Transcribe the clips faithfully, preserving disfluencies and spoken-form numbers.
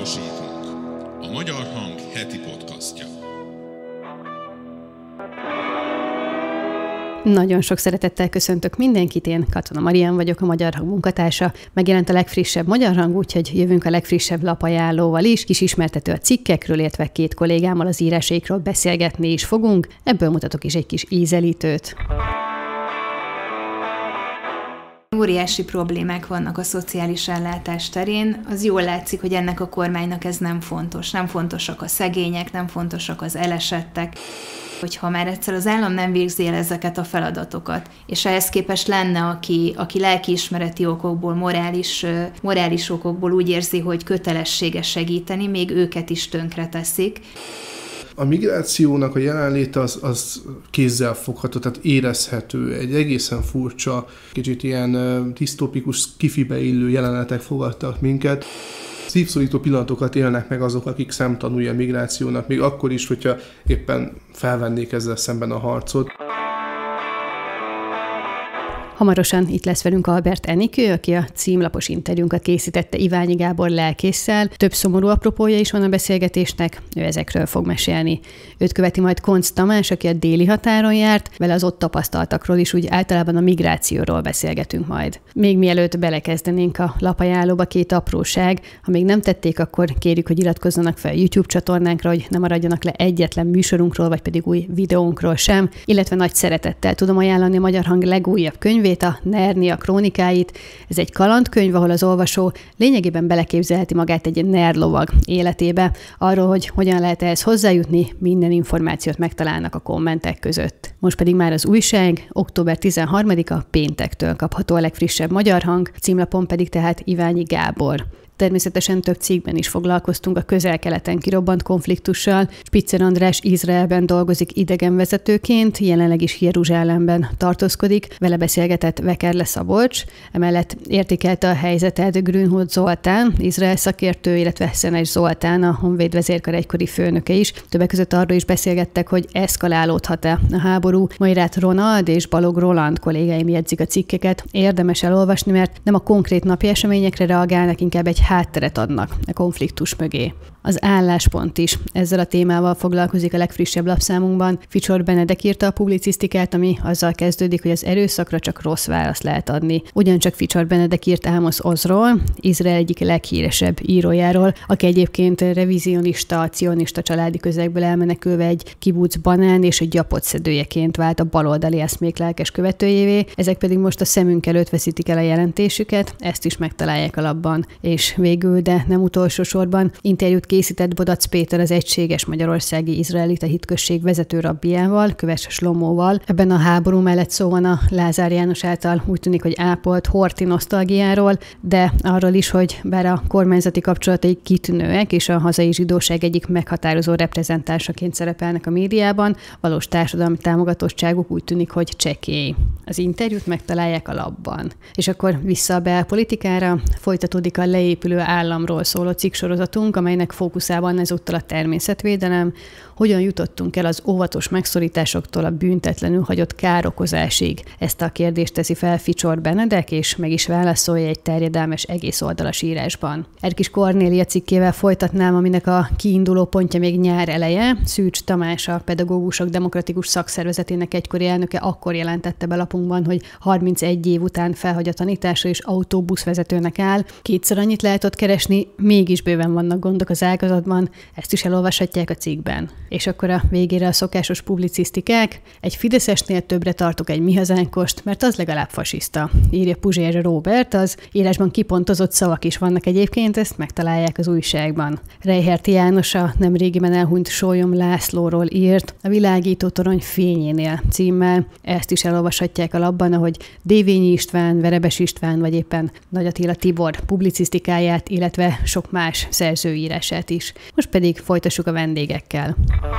Utasítunk. A Magyar Hang heti podcastja. Nagyon sok szeretettel köszöntök mindenkit, én Katona Marian vagyok, a Magyar Hang munkatársa. Megjelent a legfrissebb Magyar Hang, úgyhogy jövünk a legfrissebb lapajánlóval is, kis ismertető a cikkekről, illetve két kollégámmal az írásaikról beszélgetni is fogunk. Ebből mutatok is egy kis ízelítőt. Óriási problémák vannak a szociális ellátás terén. Az jól látszik, hogy ennek a kormánynak ez nem fontos. Nem fontosak a szegények, nem fontosak az elesettek. Hogyha már egyszer az állam nem végzi el ezeket a feladatokat, és ehhez képest lenne, aki, aki lelkiismereti okokból, morális, morális okokból úgy érzi, hogy kötelessége segíteni, még őket is tönkreteszik. A migrációnak a jelenléte az, az kézzel fogható, tehát érezhető. Egy egészen furcsa, kicsit ilyen disztópikus skifibe illő jelenetek fogadtak minket. Szívszorító pillanatokat élnek meg azok, akik szemtanúi a migrációnak, még akkor is, hogyha éppen felvennék ezzel szemben a harcot. Hamarosan itt lesz velünk Albert Enikő, aki a címlapos interjúnkat készítette Iványi Gábor lelkésszel. Több szomorú apropója is van a beszélgetésnek, ő ezekről fog mesélni. Őt követi majd Koncz Tamás, aki a déli határon járt, vele az ott tapasztaltakról is, úgy általában a migrációról beszélgetünk majd. Még mielőtt belekezdenénk a lapajánlóba, két apróság. Ha még nem tették, akkor kérjük, hogy iratkozzanak fel a YouTube csatornánkra, hogy ne maradjanak le egyetlen műsorunkról, vagy pedig új videónkról sem, illetve nagy szeretettel tudom ajánlani a Magyar Hang legújabb könyvét, a Nernia krónikáit. Ez egy kalandkönyv, ahol az olvasó lényegében beleképzelheti magát egy nerlovag életébe. Arról, hogy hogyan lehet ehhez hozzájutni, minden információt megtalálnak a kommentek között. Most pedig már az újság, október tizenharmadika péntektől kapható a legfrissebb Magyar Hang, címlapon pedig tehát Iványi Gábor. Természetesen több cikkben is foglalkoztunk a Közel-Keleten kirobbant konfliktussal. Spitzer András Izraelben dolgozik idegenvezetőként, jelenleg is Jeruzsálemben tartózkodik. Vele beszélgetett Vekerle Szabolcs. Emellett értékelte a helyzetet Grünhold Zoltán, Izrael szakértő, illetve Szenes Zoltán, a Honvéd vezérkar egykori főnöke is. Többek között arról is beszélgettek, hogy eszkalálódhat-e a háború. Mairát Ronald és Balog Roland kollégáim jegyzik a cikkeket. Érdemes elolvasni, mert nem a konkrét napi eseményekre reagálnak, inkább egy hátteret adnak a konfliktus mögé. Az Álláspont is ezzel a témával foglalkozik a legfrissebb lapszámunkban. Ficsor Benedek írta a publicisztikát, ami azzal kezdődik, hogy az erőszakra csak rossz választ lehet adni. Ugyancsak Ficsor Benedek írt Amos Ozról, Izrael egyik leghíresebb írójáról, aki egyébként revizionista, cionista családi közegből elmenekülve egy kibuc banán és egy gyapot szedőjeként vált a baloldali eszmék lelkes követőjévé. Ezek pedig most a szemünk előtt veszítik el a jelentésüket, ezt is megtalálják a lapban. És végül, de nem utolsó sorban, interjút készített Bodac Péter az Egységes Magyarországi Izraelita Hitközség vezető rabbiával, Köves Slomóval. Ebben a háború mellett szó van a Lázár János által úgy tűnik, hogy ápolt horthy nosztalgiáról, de arról is, hogy bár a kormányzati kapcsolatai kitűnőek, és a hazai zsidóság egyik meghatározó reprezentánsaként szerepelnek a médiában, valós társadalmi támogatottságuk úgy tűnik, hogy csekély. Az interjút megtalálják a lapban. És akkor vissza a belpolitikára, folytatódik a leépülő államról szóló cikksorozatunk, amelynek fókuszában ezúttal a természetvédelem, hogyan jutottunk el az óvatos megszorításoktól a büntetlenül hagyott károkozásig. Ezt a kérdést teszi fel Ficsor Benedek, és meg is válaszolja egy terjedelmes egész oldalas írásban. Erkis Kornélia cikkével folytatnám, aminek a kiinduló pontja még nyár eleje. Szűcs Tamás, a Pedagógusok Demokratikus Szakszervezetének egykori elnöke akkor jelentette be lapunkban, hogy harmincegy év után felhagy a tanításra és autóbuszvezetőnek áll. Kétszer annyit lehet ott keresni, mégis bőven vannak gondok az ágazatban, ezt is elolvashatják a cikkben. És akkor a végére a szokásos publicisztikák. Egy fideszesnél többre tartok egy mi hazánkost, mert az legalább fasiszta, írja Puzsér Róbert, az írásban kipontozott szavak is vannak egyébként, ezt megtalálják az újságban. Reicherti János a nemrégiben elhunyt Sólyom Lászlóról írt a Világító torony fényénél címmel. Ezt is elolvashatják a lapban, ahogy Dévényi István, Verebes István vagy éppen Nagy Attila Tibor publicisztikáját, illetve sok más szerzőírását is. Most pedig folytassuk a vendégekkel.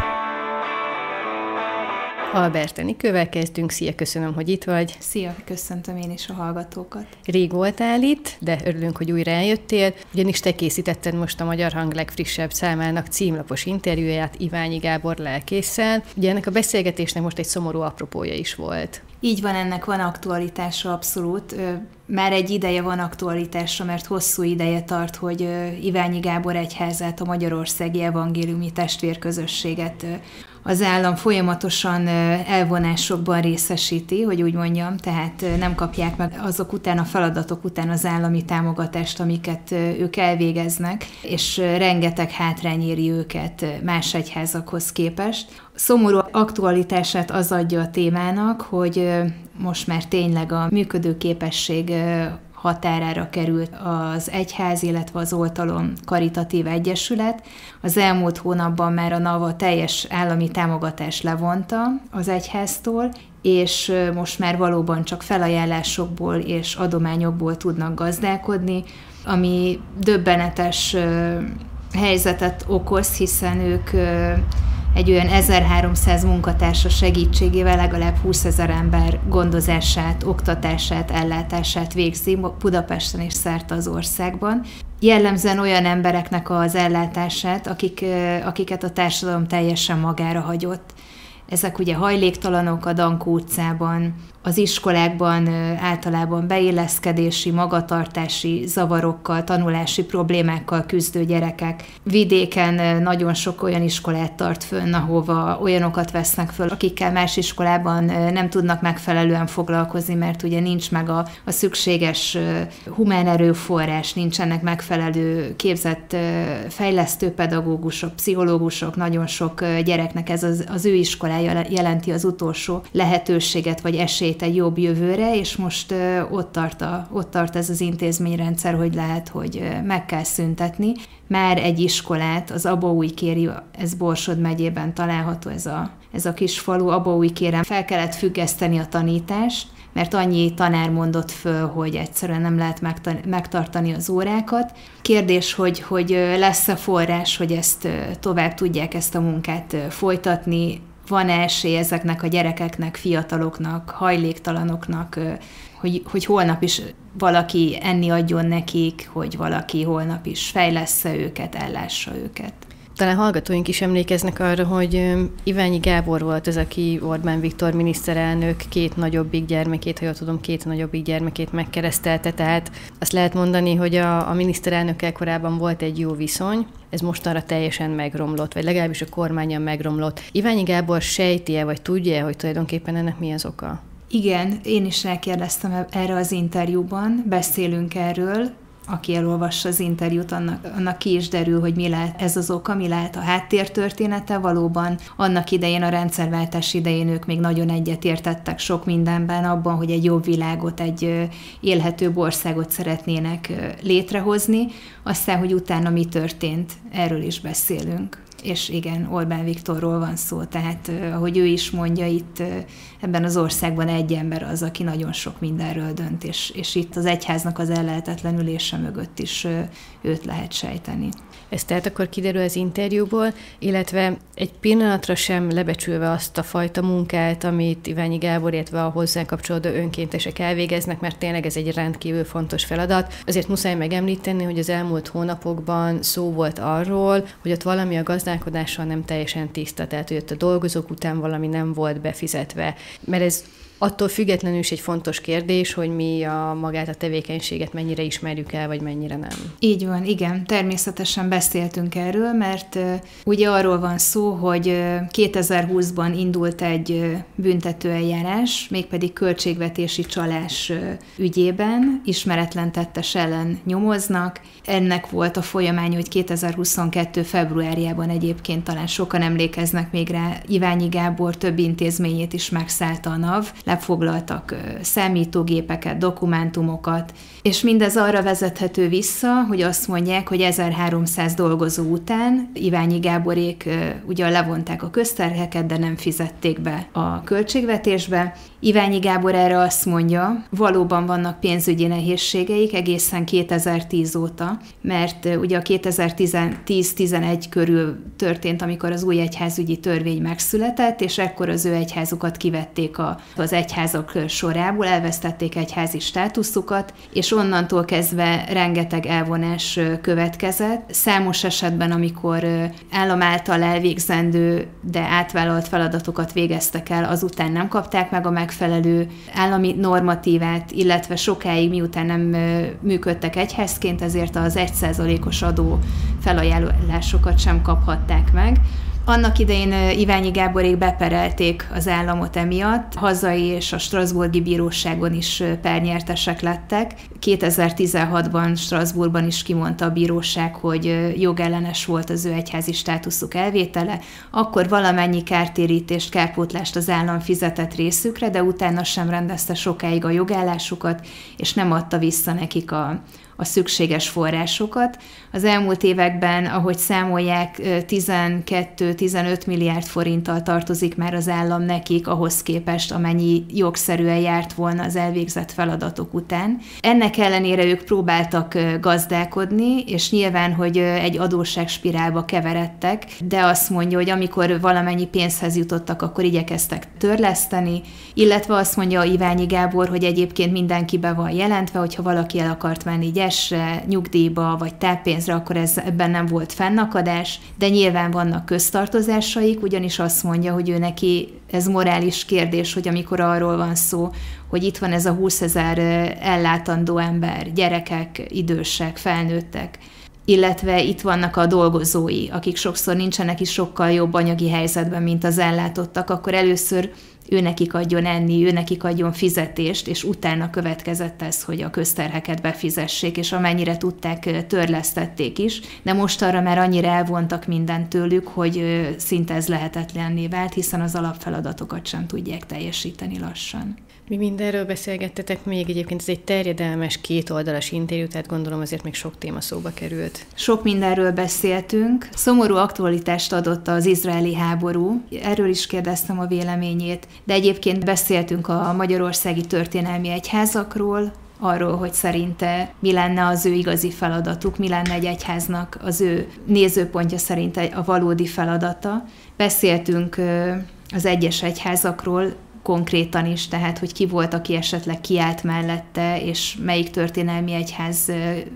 Albert Enikővel kezdünk. Szia, köszönöm, hogy itt vagy. Szia, köszöntöm én is a hallgatókat. Rég voltál itt, de örülünk, hogy újra eljöttél, ugyanis te készítetted most a Magyar Hang legfrissebb számának címlapos interjúját Iványi Gábor lelkésszel. Ugye ennek a beszélgetésnek most egy szomorú apropója is volt. Így van, ennek van aktualitása abszolút. már egy ideje van aktualitásra, mert hosszú ideje tart, hogy Iványi Gábor egyházát, a Magyarországi Evangéliumi Testvérközösséget az állam folyamatosan elvonásokban részesíti, hogy úgy mondjam, tehát nem kapják meg azok után, a feladatok után az állami támogatást, amiket ők elvégeznek, és rengeteg hátrány éri őket más egyházakhoz képest. Szomorú aktualitását az adja a témának, hogy most már tényleg a működőképesség határára került az egyház, illetve az Oltalom Karitatív Egyesület. Az elmúlt hónapban már a NAVA teljes állami támogatást levonta az egyháztól, és most már valóban csak felajánlásokból és adományokból tudnak gazdálkodni, ami döbbenetes helyzetet okoz, hiszen ők egy olyan ezerháromszáz munkatársa segítségével legalább húszezer ember gondozását, oktatását, ellátását végzi Budapesten és szerte az országban. Jellemzően olyan embereknek az ellátását, akik, akiket a társadalom teljesen magára hagyott. Ezek ugye hajléktalanok a Dankó utcában, az iskolákban általában beilleszkedési, magatartási zavarokkal, tanulási problémákkal küzdő gyerekek. Vidéken nagyon sok olyan iskolát tart fönn, ahova olyanokat vesznek föl, akikkel más iskolában nem tudnak megfelelően foglalkozni, mert ugye nincs meg a, a szükséges humán erőforrás, nincsenek megfelelő képzett fejlesztő pedagógusok, pszichológusok, nagyon sok gyereknek ez az, az ő iskolája jelenti az utolsó lehetőséget vagy esélyt egy jobb jövőre, és most uh, ott, tart a, ott tart ez az intézményrendszer, hogy lehet, hogy uh, meg kell szüntetni. Már egy iskolát, az Abaújkéri, ez Borsod megyében található ez a, ez a kis falu, Abaújkéren fel kellett függeszteni a tanítást, mert annyi tanár mondott föl, hogy egyszerűen nem lehet megtartani az órákat. Kérdés, hogy, hogy lesz-e forrás, hogy ezt tovább tudják ezt a munkát folytatni, van-e esély ezeknek a gyerekeknek, fiataloknak, hajléktalanoknak, hogy, hogy holnap is valaki enni adjon nekik, hogy valaki holnap is fejlessze őket, ellássa őket. Talán hallgatóink is emlékeznek arra, hogy Iványi Gábor volt az, aki Orbán Viktor miniszterelnök két nagyobbik gyermekét, ha jól tudom, két nagyobbik gyermekét megkeresztelte, tehát azt lehet mondani, hogy a, a miniszterelnökkel korábban volt egy jó viszony, ez mostanra teljesen megromlott, vagy legalábbis a kormányon megromlott. Iványi Gábor sejti-e, vagy tudja-e, hogy tulajdonképpen ennek mi az oka? Igen, én is rákérdeztem erre az interjúban, beszélünk erről. Aki elolvassa az interjút, annak, annak ki is derül, hogy mi lehet ez az oka, mi lehet a háttértörténete. Valóban annak idején, a rendszerváltás idején ők még nagyon egyetértettek sok mindenben abban, hogy egy jobb világot, egy élhetőbb országot szeretnének létrehozni. Aztán, hogy utána mi történt, erről is beszélünk. És igen, Orbán Viktorról van szó, tehát ahogy ő is mondja, itt ebben az országban egy ember az, aki nagyon sok mindenről dönt, és, és itt az egyháznak az ellehetetlenülése mögött is őt lehet sejteni. Ez tehát akkor kiderül az interjúból, illetve egy pillanatra sem lebecsülve azt a fajta munkát, amit Iványi Gábor, illetve a hozzá kapcsolódó önkéntesek elvégeznek, mert tényleg ez egy rendkívül fontos feladat. Azért muszáj megemlíteni, hogy az elmúlt hónapokban szó volt arról, hogy ott valami a gazdálkodással nem teljesen tiszta, tehát hogy ott a dolgozók után valami nem volt befizetve, mert ez attól függetlenül is egy fontos kérdés, hogy mi a magát a tevékenységet mennyire ismerjük el, vagy mennyire nem. Így van, igen. Természetesen beszéltünk erről, mert uh, ugye arról van szó, hogy uh, kétezer-húszban indult egy uh, büntetőeljárás, mégpedig költségvetési csalás uh, ügyében, ismeretlen tettes ellen nyomoznak. Ennek volt a folyamánya, hogy kétezer-huszonkettő februárjában egyébként talán sokan emlékeznek még rá, Iványi Gábor több intézményét is megszállta a NAV, lefoglaltak számítógépeket, dokumentumokat, és mindez arra vezethető vissza, hogy azt mondják, hogy ezerháromszáz dolgozó után Iványi Gáborék ugyan levonták a közterheket, de nem fizették be a költségvetésbe. Iványi Gábor erre azt mondja, valóban vannak pénzügyi nehézségeik egészen kétezer-tíz óta, mert ugye a kétezer-tíz-tizenegy körül történt, amikor az új egyházügyi törvény megszületett, és ekkor az ő egyházukat kivették a, az egyházak sorából, elvesztették egyházi státuszukat, és onnantól kezdve rengeteg elvonás következett. Számos esetben, amikor állam által elvégzendő, de átvállalt feladatokat végeztek el, azután nem kapták meg a megfelelő állami normatívát, illetve sokáig, miután nem működtek egyházként, ezért az egy százalékos adó felajánlásokat sem kaphatták meg. Annak idején Iványi Gáborék beperelték az államot emiatt, hazai és a strasbourgi bíróságon is pernyertesek lettek. kétezer-tizenhatban Strasbourgban is kimondta a bíróság, hogy jogellenes volt az ő egyházi státuszuk elvétele, akkor valamennyi kártérítést, kárpótlást az állam fizetett részükre, de utána sem rendezte sokáig a jogállásukat, és nem adta vissza nekik a a szükséges forrásokat. Az elmúlt években, ahogy számolják, tizenkettő-tizenöt milliárd forinttal tartozik már az állam nekik, ahhoz képest, amennyi jogszerűen járt volna az elvégzett feladatok után. Ennek ellenére ők próbáltak gazdálkodni, és nyilván, hogy egy adósságspirálba keveredtek, de azt mondja, hogy amikor valamennyi pénzhez jutottak, akkor igyekeztek törleszteni, illetve azt mondja Iványi Gábor, hogy egyébként mindenki be van jelentve, hogyha valaki el akart menni gyesre, nyugdíjba vagy táppénzre, akkor ez, ebben nem volt fennakadás, de nyilván vannak köztartozásaik, ugyanis azt mondja, hogy ő neki ez morális kérdés, hogy amikor arról van szó, hogy itt van ez a húszezer ellátandó ember, gyerekek, idősek, felnőttek, illetve itt vannak a dolgozói, akik sokszor nincsenek is sokkal jobb anyagi helyzetben, mint az ellátottak, akkor először ő nekik adjon enni, ő nekik adjon fizetést, és utána következett ez, hogy a közterheket befizessék, és amennyire tudták, törlesztették is, de most arra már annyira elvontak mindent tőlük, hogy szinte ez lehetetlenné vált, hiszen az alapfeladatokat sem tudják teljesíteni lassan. Mi mindenről beszélgettetek még, egyébként ez egy terjedelmes, kétoldalas interjú, tehát gondolom azért még sok téma szóba került. Sok mindenről beszéltünk. Szomorú aktualitást adott az izraeli háború. Erről is kérdeztem a véleményét, de egyébként beszéltünk a magyarországi történelmi egyházakról, arról, hogy szerinte mi lenne az ő igazi feladatuk, mi lenne egy egyháznak az ő nézőpontja szerint a valódi feladata. Beszéltünk az egyes egyházakról, konkrétan is, tehát hogy ki volt, aki esetleg kiállt mellette, és melyik történelmi egyház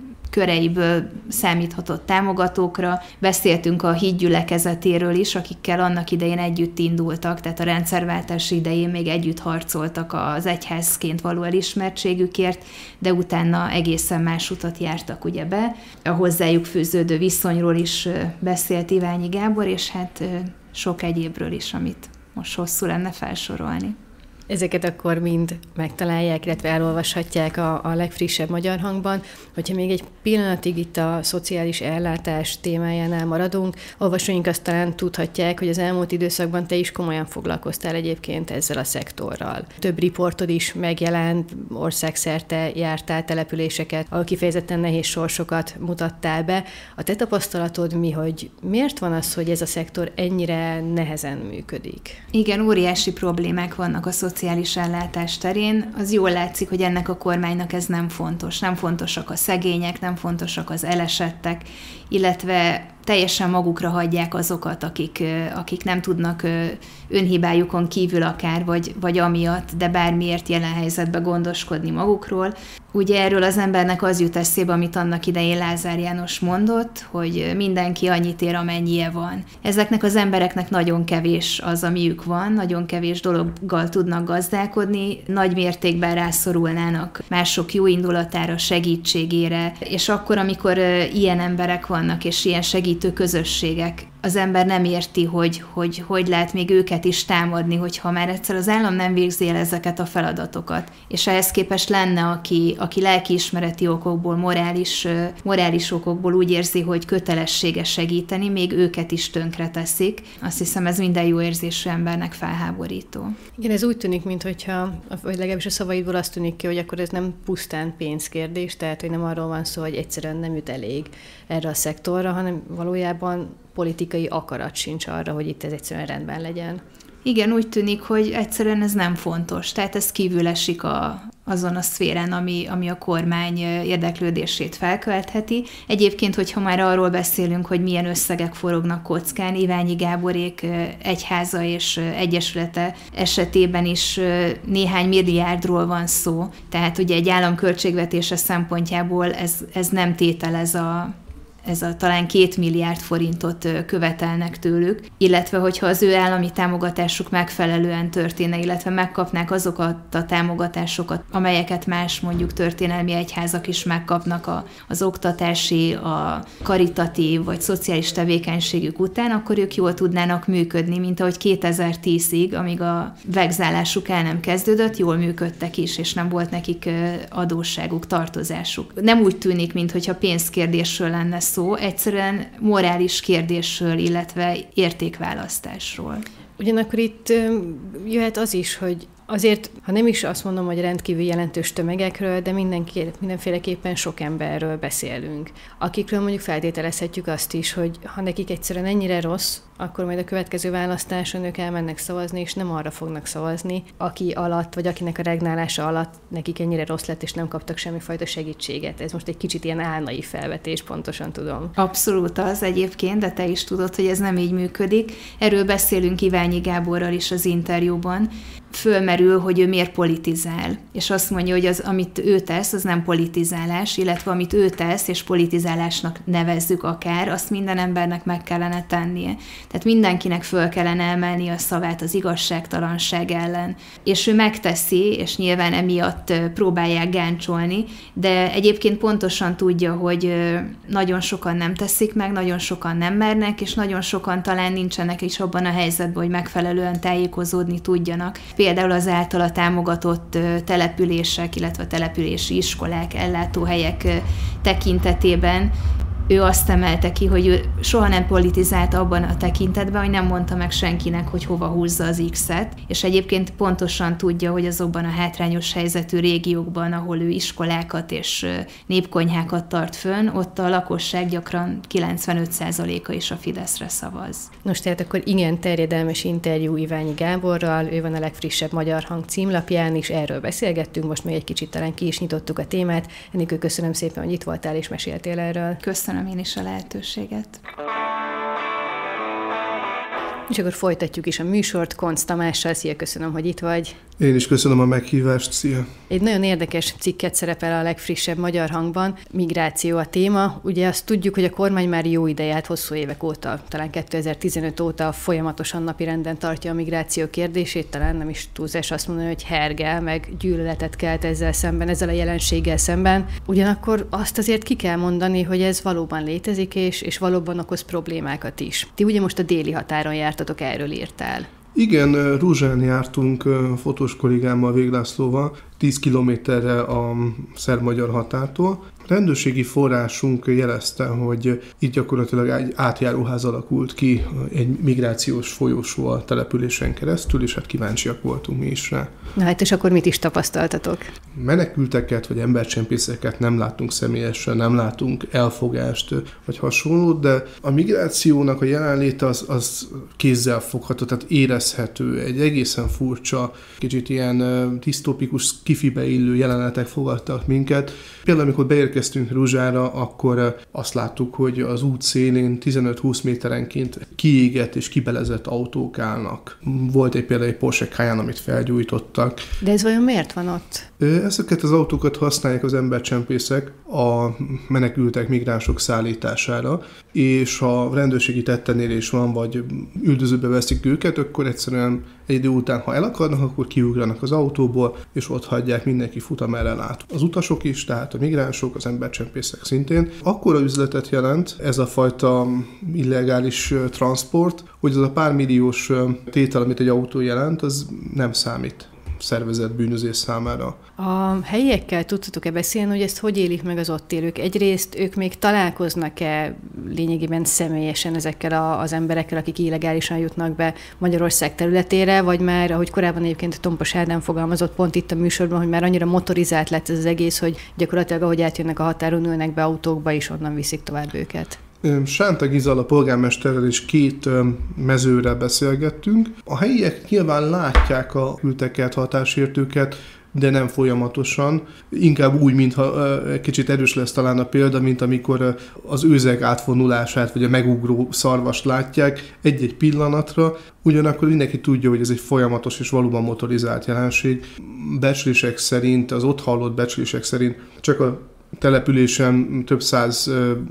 köreiből számíthatott támogatókra. Beszéltünk a híd gyülekezetéről is, akikkel annak idején együtt indultak, tehát a rendszerváltás idején még együtt harcoltak az egyházként való elismertségükért, de utána egészen más utat jártak ugye be. A hozzájuk fűződő viszonyról is beszélt Iványi Gábor, és hát sok egyébről is, amit most hosszú lenne felsorolni. Ezeket akkor mind megtalálják, illetve elolvashatják a, a legfrissebb Magyar Hangban. Hogyha még egy pillanatig itt a szociális ellátás témájánál maradunk, olvasóink azt talán tudhatják, hogy az elmúlt időszakban te is komolyan foglalkoztál egyébként ezzel a szektorral. Több riportod is megjelent, országszerte jártál településeket, ahol kifejezetten nehéz sorsokat mutattál be. A te tapasztalatod mi, hogy miért van az, hogy ez a szektor ennyire nehezen működik? Igen, óriási problémák vannak a szociális ellátás terén. Az jól látszik, hogy ennek a kormánynak ez nem fontos. Nem fontosak a szegények, nem fontosak az elesettek, illetve teljesen magukra hagyják azokat, akik, akik nem tudnak önhibájukon kívül akár, vagy, vagy amiatt, de bármiért jelen helyzetben gondoskodni magukról. Ugye erről az embernek az jut eszébe, amit annak idején Lázár János mondott, hogy mindenki annyit ér, amennyie van. Ezeknek az embereknek nagyon kevés az, amiük van, nagyon kevés dologgal tudnak gazdálkodni, nagy mértékben rászorulnának mások jó indulatára, segítségére, és akkor, amikor ilyen emberek vannak, és ilyen segítő közösségek, az ember nem érti, hogy, hogy hogy lehet még őket is támadni, hogyha már egyszer az állam nem végzi el ezeket a feladatokat. És ehhez képest lenne, aki, aki lelkiismereti okokból, morális, morális okokból úgy érzi, hogy kötelessége segíteni, még őket is tönkre teszik. Azt hiszem, ez minden jó érzésű embernek felháborító. Igen, ez úgy tűnik, mintha, vagy legalábbis a szavaidból azt tűnik ki, hogy akkor ez nem pusztán pénzkérdés, tehát hogy nem arról van szó, hogy egyszerűen nem jut elég erre a szektorra, hanem valójában politikai akarat sincs arra, hogy itt ez egyszerűen rendben legyen. Igen, úgy tűnik, hogy egyszerűen ez nem fontos. Tehát ez kívül esik a, azon a szférán, ami, ami a kormány érdeklődését felkeltheti. Egyébként, hogyha már arról beszélünk, hogy milyen összegek forognak kockán, Iványi Gáborék egyháza és egyesülete esetében is néhány milliárdról van szó. Tehát ugye egy állam költségvetése szempontjából ez, ez nem tételez a ez a talán két milliárd forintot követelnek tőlük, illetve hogyha az ő állami támogatásuk megfelelően történne, illetve megkapnák azokat a támogatásokat, amelyeket más mondjuk történelmi egyházak is megkapnak a, az oktatási, a karitatív vagy szociális tevékenységük után, akkor ők jól tudnának működni, mint ahogy kétezer-tízig, amíg a vegzálásuk el nem kezdődött, jól működtek is, és nem volt nekik adósságuk, tartozásuk. Nem úgy tűnik, mintha pénzkérdésről lenne szó, egyszerűen morális kérdésről, illetve értékválasztásról. Ugyanakkor itt jöhet az is, hogy azért, ha nem is azt mondom, hogy rendkívül jelentős tömegekről, de mindenki, mindenféleképpen sok emberről beszélünk, akikről mondjuk feltételezhetjük azt is, hogy ha nekik egyszerűen ennyire rossz, akkor majd a következő választáson ők elmennek szavazni, és nem arra fognak szavazni, aki alatt, vagy akinek a regnálása alatt nekik ennyire rossz lett, és nem kaptak semmifajta segítséget. Ez most egy kicsit ilyen álnai felvetés, pontosan tudom. Abszolút az egyébként, de te is tudod, hogy ez nem így működik. Erről beszélünk Iványi Gáborral is az interjúban. Fölmerül, hogy ő miért politizál. És azt mondja, hogy az, amit ő tesz, az nem politizálás, illetve amit ő tesz, és politizálásnak nevezzük akár, azt minden embernek meg kellene tennie. Tehát mindenkinek föl kellene emelni a szavát az igazságtalanság ellen. És ő megteszi, és nyilván emiatt próbálják gáncsolni, de egyébként pontosan tudja, hogy nagyon sokan nem teszik meg, nagyon sokan nem mernek, és nagyon sokan talán nincsenek is abban a helyzetben, hogy megfelelően tájékozódni tudjanak. Például az általa támogatott települések, illetve települési iskolák, ellátóhelyek tekintetében ő azt emelte ki, hogy ő soha nem politizált abban a tekintetben, hogy nem mondta meg senkinek, hogy hova húzza az X-et, és egyébként pontosan tudja, hogy azokban a hátrányos helyzetű régiókban, ahol ő iskolákat és népkonyhákat tart fönn, ott a lakosság gyakran kilencvenöt százaléka is a Fideszre szavaz. Nos, tehát akkor igen terjedelmes interjú Iványi Gáborral, ő van a legfrissebb Magyar Hang címlapján, és erről beszélgettünk, most még egy kicsit talán ki is nyitottuk a témát. Enikő, köszönöm szépen, hogy itt voltál és meséltél erről. Köszönöm én is a lehetőséget. És akkor folytatjuk is a műsort Koncz Tamással. Szia, köszönöm, hogy itt vagy. Én is köszönöm a meghívást, szia! Egy nagyon érdekes cikket szerepel a legfrissebb Magyar Hangban, migráció a téma. Ugye azt tudjuk, hogy a kormány már jó ideje, hosszú évek óta, talán kétezer-tizenöt óta folyamatosan napirenden tartja a migráció kérdését, talán nem is túlzás azt mondani, hogy hergel, meg gyűlöletet kelt ezzel szemben, ezzel a jelenséggel szemben. Ugyanakkor azt azért ki kell mondani, hogy ez valóban létezik, és, és valóban okoz problémákat is. Ti ugye most a déli határon jártatok, erről írtál. Igen, Ruzsán jártunk fotós kollégámmal, Véglászlóval, tíz kilométerre a szerb-magyar határtól. Rendőrségi forrásunk jelezte, hogy itt gyakorlatilag egy átjáróház alakult ki, egy migrációs folyosó a településen keresztül, és hát kíváncsiak voltunk mi is rá. Na hát, és akkor mit is tapasztaltatok? Menekülteket vagy embercsempészeket nem látunk személyesen, nem látunk elfogást vagy hasonlót, de a migrációnak a jelenléte az, az kézzel fogható, tehát érezhető. Egy egészen furcsa, kicsit ilyen disztópikus kifibe illő jelenetek fogadtak minket. Például, amikor beérkeztünk Ruzsára, akkor azt láttuk, hogy az út szélén tizenöt-húsz méterenként kiégett és kibelezett autók állnak. Volt egy például egy Porsche Cayenne, amit felgyújtottak. De ez vajon miért van ott? Ezeket az autókat használják az embercsempészek a menekültek, migránsok szállítására, és ha rendőrségi tettenél is van, vagy üldözőbe veszik őket, akkor egyszerűen egy idő után, ha elakadnak, akkor kiugranak az autóból, és ott hagyják, mindenki fut, amerre lát. Az utasok is, tehát a migránsok, az embercsempészek szintén. Akkora üzletet jelent ez a fajta illegális transport, hogy az a pár milliós tétel, amit egy autó jelent, az nem számít szervezett bűnözés számára. A helyiekkel tudtatok-e beszélni, hogy ezt hogy élik meg az ott élők? Egyrészt ők még találkoznak-e lényegében személyesen ezekkel a, az emberekkel, akik illegálisan jutnak be Magyarország területére, vagy már, ahogy korábban egyébként Tompos Ádám fogalmazott pont itt a műsorban, hogy már annyira motorizált lett ez az egész, hogy gyakorlatilag ahogy átjönnek a határon, ülnek be autókba, és onnan viszik tovább őket? Sánta Gizala polgármesterrel és két mezőrrel beszélgettünk. A helyiek nyilván látják a külteket, hatásértőket, de nem folyamatosan. Inkább úgy, mintha kicsit erős lesz talán a példa, mint amikor az őzek átvonulását, vagy a megugró szarvast látják egy-egy pillanatra, ugyanakkor mindenki tudja, hogy ez egy folyamatos és valóban motorizált jelenség. Becslések szerint, az ott hallott becslések szerint csak a településen több száz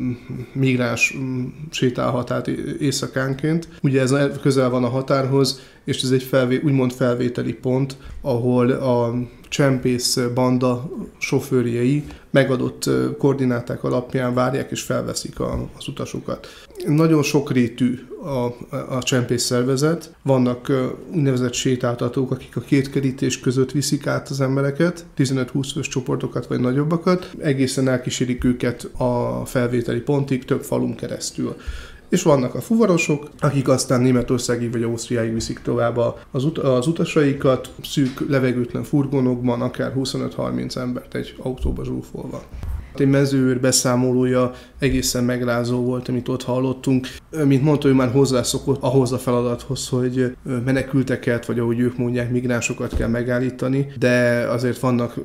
migráns sétálhat át éjszakánként. Ugye ez közel van a határhoz, és ez egy felvé, úgymond felvételi pont, ahol a csempész banda sofőrjei megadott koordináták alapján várják és felveszik a, az utasokat. Nagyon sokrétű a, a csempész szervezet. Vannak úgynevezett sétáltatók, akik a két kerítés között viszik át az embereket, tizenöt-húsz fős csoportokat vagy nagyobbakat, egészen elkísérik őket a felvételi pontig több falun keresztül. És vannak a fuvarosok, akik aztán Németországig vagy Ausztriáig viszik tovább az, ut- az utasaikat, szűk, levegőtlen furgonokban, akár huszonöt-harminc embert egy autóba zsúfolva. Egy mezőőr beszámolója egészen megrázó volt, amit ott hallottunk. Mint mondta, ő már hozzászokott ahhoz a feladathoz, hogy menekülteket, vagy ahogy ők mondják, migránsokat kell megállítani, de azért vannak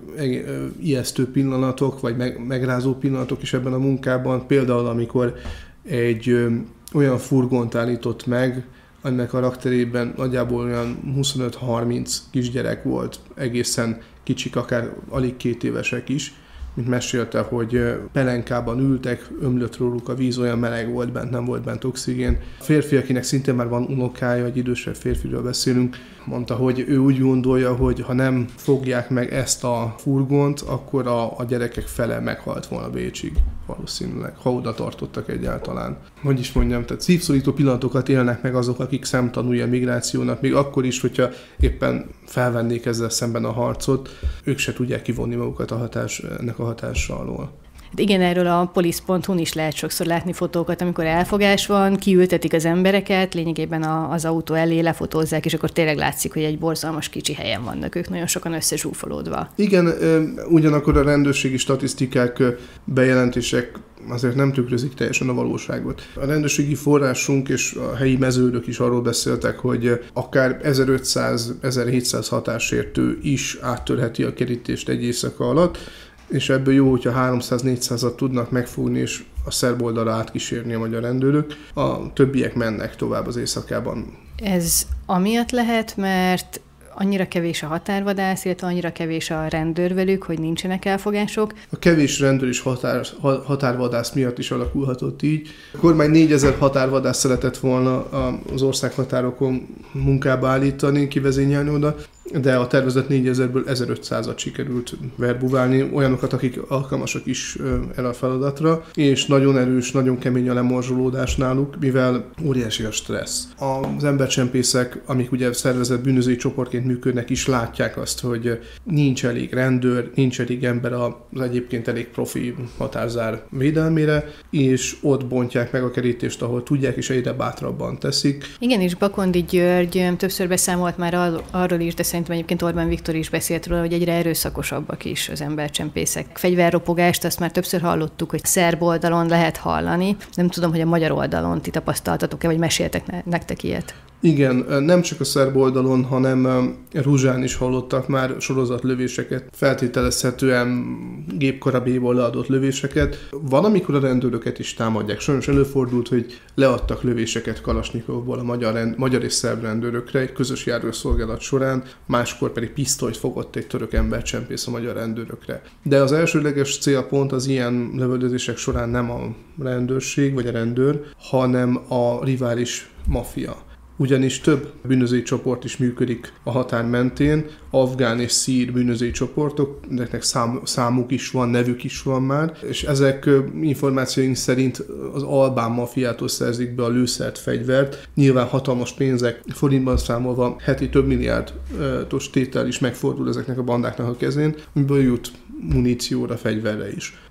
ijesztő pillanatok, vagy megrázó pillanatok is ebben a munkában. Például, amikor egy ö, olyan furgont állított meg, annak a rakterében nagyjából olyan huszonöt-harminc kisgyerek volt, egészen kicsik, akár alig két évesek is, mint mesélte, hogy pelenkában ültek, ömlött róluk a víz, olyan meleg volt bent, nem volt bent oxigén. A férfi, akinek szintén már van unokája, egy idősebb férfiről beszélünk, mondta, hogy ő úgy gondolja, hogy ha nem fogják meg ezt a furgont, akkor a, a gyerekek fele meghalt volna Bécsig valószínűleg, ha oda tartottak egyáltalán. Hogy is mondjam, tehát szívszorító pillanatokat élnek meg azok, akik szemtanúi a migrációnak, még akkor is, hogyha éppen felvennék ezzel szemben a harcot, ők se tudják kivonni magukat a hatás, ennek a hatása alól. Igen, erről a polisz pont hu-n is lehet sokszor látni fotókat, amikor elfogás van, kiültetik az embereket, lényegében a, az autó elé lefotózzák, és akkor tényleg látszik, hogy egy borzalmas kicsi helyen vannak ők, nagyon sokan összezsúfolódva. Igen, ugyanakkor a rendőrségi statisztikák, bejelentések azért nem tükrözik teljesen a valóságot. A rendőrségi forrásunk és a helyi mezőrök is arról beszéltek, hogy akár ezerötszáz-ezerhétszáz hatásértő is áttörheti a kerítést egy éjszaka alatt, és ebből jó, hogyha háromszáz-négyszázat tudnak megfogni, és a szerb oldalra átkísérni a magyar rendőrök, a többiek mennek tovább az éjszakában. Ez amiatt lehet, mert annyira kevés a határvadász, illetve annyira kevés a rendőr velük, hogy nincsenek elfogások. A kevés rendőr és határ, határvadász miatt is alakulhatott így. A kormány négyezer határvadász szeretett volna az országhatárokon munkába állítani, kivezényelni oda, de a tervezett négyezerből ezerötszázat sikerült verbuválni, olyanokat, akik alkalmasak is erre a feladatra, és nagyon erős, nagyon kemény a lemorzsolódás náluk, mivel óriási a stressz. Az embercsempészek, amik ugye szervezett bűnözői csoportként működnek, is látják azt, hogy nincs elég rendőr, nincs elég ember az egyébként elég profi határzár védelmére, és ott bontják meg a kerítést, ahol tudják, és egyre bátrabban teszik. Igen, és Bakondi György többször beszámolt már arról is, de szerintem egyébként Orbán Viktor is beszélt róla, hogy egyre erőszakosabbak is az embercsempészek. Fegyverropogást azt már többször hallottuk, hogy szerb oldalon lehet hallani. Nem tudom, hogy a magyar oldalon ti tapasztaltatok-e, vagy meséltek ne- nektek ilyet? Igen, nem csak a szerb oldalon, hanem Ruzsán is hallottak már sorozatlövéseket, feltételezhetően gépkarabélyból leadott lövéseket. Van, amikor a rendőröket is támadják. Sajnos előfordult, hogy leadtak lövéseket Kalasnyikovból a magyar, rend, magyar és szerb rendőrökre egy közös járószolgálat során, máskor pedig pisztolyt fogott egy török embercsempész a magyar rendőrökre. De az elsődleges célpont az ilyen lövöldözések során nem a rendőrség vagy a rendőr, hanem a rivális maffia. Ugyanis több bűnözői csoport is működik a határ mentén, afgán és szír bűnözői csoportok, ezeknek szám, számuk is van, nevük is van már, és ezek információink szerint az albán maffiától szerzik be a lőszert, fegyvert, nyilván hatalmas pénzek, forintban számolva heti több milliárdos tétel is megfordul ezeknek a bandáknak a kezén, amiből jut munícióra, fegyverre is.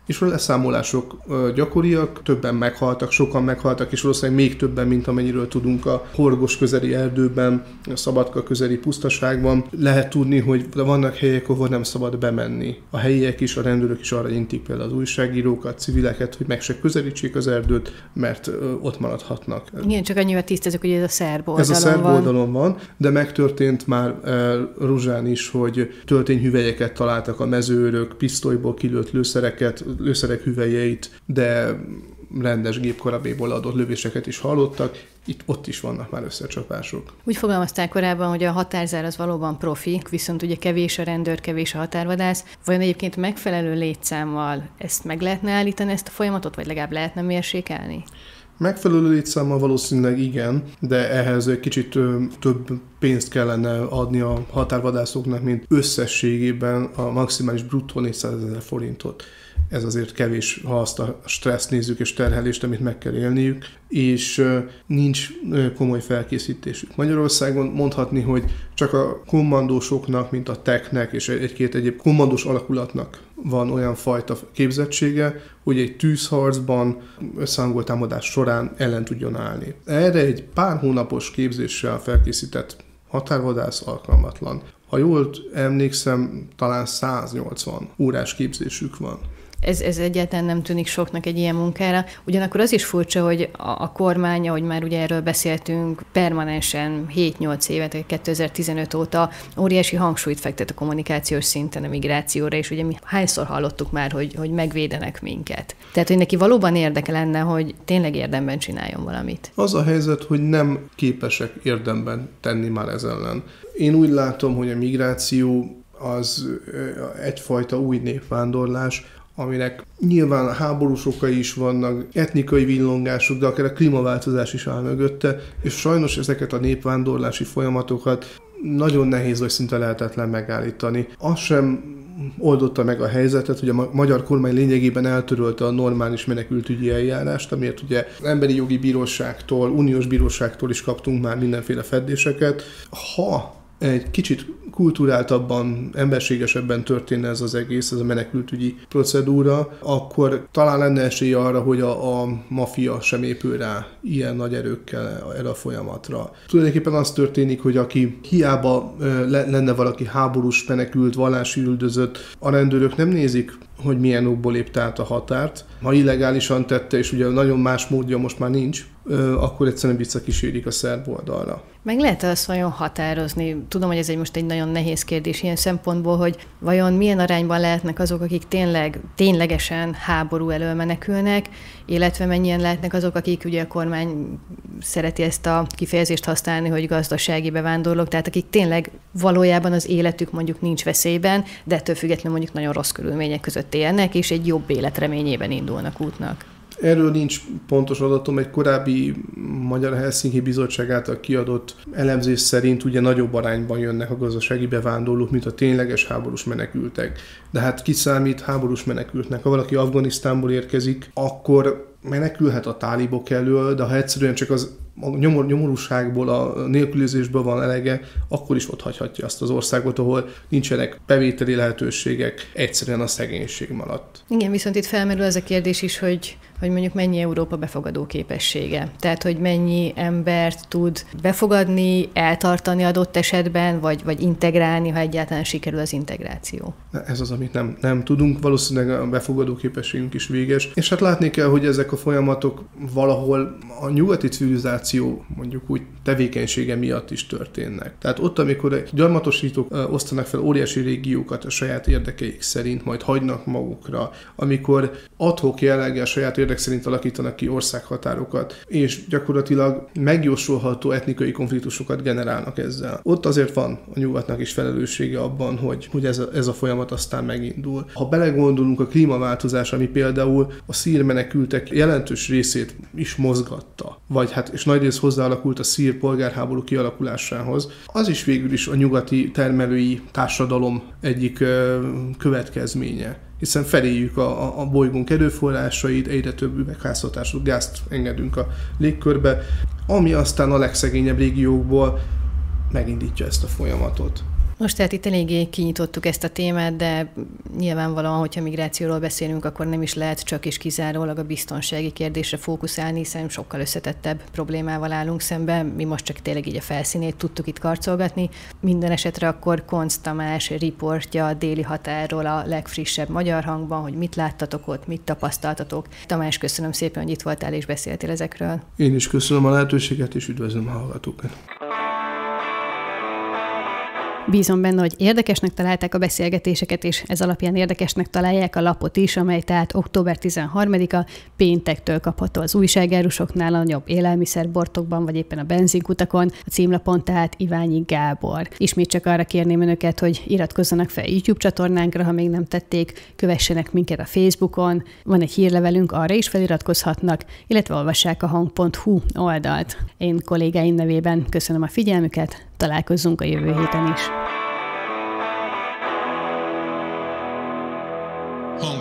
És a leszámolások gyakoriak, többen meghaltak, sokan meghaltak, és valószínűleg még többen, mint amennyiről tudunk a Horgos közeli erdőben, a Szabadka közeli pusztaságban. Lehet tudni, hogy vannak helyek, ahol nem szabad bemenni. A helyiek is, a rendőrök is arra intik például az újságírókat, civileket, hogy meg se közelítsék az erdőt, mert ott maradhatnak. Igen, csak annyival tisztázok, hogy ez a szerb oldalon Ez a szerb van. oldalon van, de megtörtént már Ruzsán is, hogy töltényhüvelyeket találtak a mezőőrök, pisztolyból kilőtt lőszereket, lőszerek hüvelyeit, de rendes gépkarabéból adott lövéseket is hallottak, itt ott is vannak már összecsapások. Úgy fogalmazták korábban, hogy a határzár az valóban profi, viszont ugye kevés a rendőr, kevés a határvadász. Vajon egyébként megfelelő létszámmal ezt meg lehetne állítani, ezt a folyamatot, vagy legalább lehetne mérsékelni? Megfelelő létszámmal valószínűleg igen, de ehhez egy kicsit több pénzt kellene adni a határvadászoknak, mint összességében a maximális bruttó négyszázezer forintot. Ez azért kevés, ha azt a stresszt nézzük és terhelést, amit meg kell élniük, és nincs komoly felkészítésük. Magyarországon mondhatni, hogy csak a kommandósoknak, mint a teknek és egy-két egyéb kommandós alakulatnak van olyan fajta képzettsége, hogy egy tűzharcban összehangolt támadás során ellen tudjon állni. Erre egy pár hónapos képzéssel felkészített határvadász alkalmatlan. Ha jól emlékszem, talán száznyolcvan órás képzésük van. Ez, ez egyáltalán nem tűnik soknak egy ilyen munkára. Ugyanakkor az is furcsa, hogy a, a kormány, ahogy már ugye erről beszéltünk, permanensen hét-nyolc évet, kétezer-tizenöt óta óriási hangsúlyt fektet a kommunikációs szinten a migrációra, és ugye mi hányszor hallottuk már, hogy, hogy megvédenek minket. Tehát, hogy neki valóban érdeke lenne, hogy tényleg érdemben csináljon valamit. Az a helyzet, hogy nem képesek érdemben tenni már ez ellen. Én úgy látom, hogy a migráció az egyfajta új népvándorlás, aminek nyilván háborús okai is vannak, etnikai villongások, de akár a klímaváltozás is áll mögötte, és sajnos ezeket a népvándorlási folyamatokat nagyon nehéz vagy szinte lehetetlen megállítani. Az sem oldotta meg a helyzetet, hogy a magyar kormány lényegében eltörölte a normális menekültügyi eljárást, amiért ugye emberi jogi bíróságtól, uniós bíróságtól is kaptunk már mindenféle feddéseket. Ha egy kicsit kulturáltabban, emberségesebben történne ez az egész, ez a menekültügyi procedúra, akkor talán lenne esély arra, hogy a, a maffia sem épül rá ilyen nagy erőkkel erre a folyamatra. Tulajdonképpen az történik, hogy aki hiába le, lenne valaki háborús, menekült, vallási üldözött, a rendőrök nem nézik, hogy milyen okból lépte át a határt. Ha illegálisan tette, és ugye nagyon más módja most már nincs, akkor egyszerűen visszakísérik a szerb oldalra. Meg lehet azt vajon határozni? Tudom, hogy ez egy most egy nagyon nehéz kérdés ilyen szempontból, hogy vajon milyen arányban lehetnek azok, akik tényleg, ténylegesen háború elől menekülnek, illetve mennyien lehetnek azok, akik ugye a kormány szereti ezt a kifejezést használni, hogy gazdasági bevándorlók, tehát akik tényleg valójában az életük mondjuk nincs veszélyben, de ettől függetlenül mondjuk nagyon rossz körülmények között élnek, és egy jobb élet reményében indulnak útnak. Erről nincs pontos adatom, egy korábbi Magyar Helsinki Bizottság által kiadott elemzés szerint ugye nagyobb arányban jönnek a gazdasági bevándorlók, mint a tényleges háborús menekültek. De hát ki számít háborús menekültnek? Ha valaki Afganisztánból érkezik, akkor menekülhet a tálibok elől, de ha egyszerűen csak az a nyomor, nyomorúságból, a nélkülözésből van elege, akkor is ott hagyhatja azt az országot, ahol nincsenek bevételi lehetőségek, egyszerűen a szegénység maradt. Igen, viszont itt felmerül az a kérdés is, hogy, hogy mondjuk mennyi Európa befogadó képessége. Tehát, hogy mennyi embert tud befogadni, eltartani adott esetben, vagy, vagy integrálni, ha egyáltalán sikerül az integráció. Ez az, amit nem, nem tudunk, valószínűleg a befogadó képességünk is véges. És hát látni kell, hogy ezek a folyamatok valahol a nyugati civilizáció mondjuk úgy tevékenysége miatt is történnek. Tehát ott, amikor gyarmatosítók osztanak fel óriási régiókat a saját érdekeik szerint, majd hagynak magukra, amikor ad-hoc jelleggel saját érdek szerint alakítanak ki országhatárokat, és gyakorlatilag megjósolható etnikai konfliktusokat generálnak ezzel. Ott azért van a nyugatnak is felelőssége abban, hogy, hogy ez, a, ez a folyamat aztán megindul. Ha belegondolunk, a klímaváltozás, ami például a szír menekültek jelentős részét is mozgatta, vagy hát és nagy rész hozzáalakult a szír polgárháború kialakulásához, az is végül is a nyugati termelői társadalom egyik ö, következménye. Hiszen feléjük a, a bolygónk erőforrásait, egyre több üvegházhatású gázt engedünk a légkörbe, ami aztán a legszegényebb régiókból megindítja ezt a folyamatot. Most tehát itt eléggé kinyitottuk ezt a témát, de nyilvánvalóan, hogyha migrációról beszélünk, akkor nem is lehet csak és kizárólag a biztonsági kérdésre fókuszálni, hiszen sokkal összetettebb problémával állunk szembe. Mi most csak tényleg így a felszínét tudtuk itt karcolgatni. Minden esetre akkor Koncz Tamás riportja a déli határról a legfrissebb Magyar Hangban, hogy mit láttatok ott, mit tapasztaltatok. Tamás, köszönöm szépen, hogy itt voltál és beszéltél ezekről. Én is köszönöm a lehetőséget, és üdvözlöm a hallgatókat. Bízom benne, hogy érdekesnek találták a beszélgetéseket, és ez alapján érdekesnek találják a lapot is, amely tehát október tizenharmadika péntektől kapható az újságárusoknál, a nagyobb élelmiszerboltokban, vagy éppen a benzinkutakon. A címlapon tehát Iványi Gábor. Ismét csak arra kérném önöket, hogy iratkozzanak fel YouTube csatornánkra, ha még nem tették, kövessenek minket a Facebookon, van egy hírlevelünk, arra is feliratkozhatnak, illetve olvassák a hang pont hu oldalt. Én kollégáim nevében köszönöm a figyelmüket, találkozzunk a jövő héten is.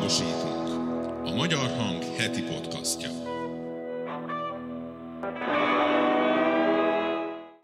Hangosítunk. A Magyar Hang heti podcastja.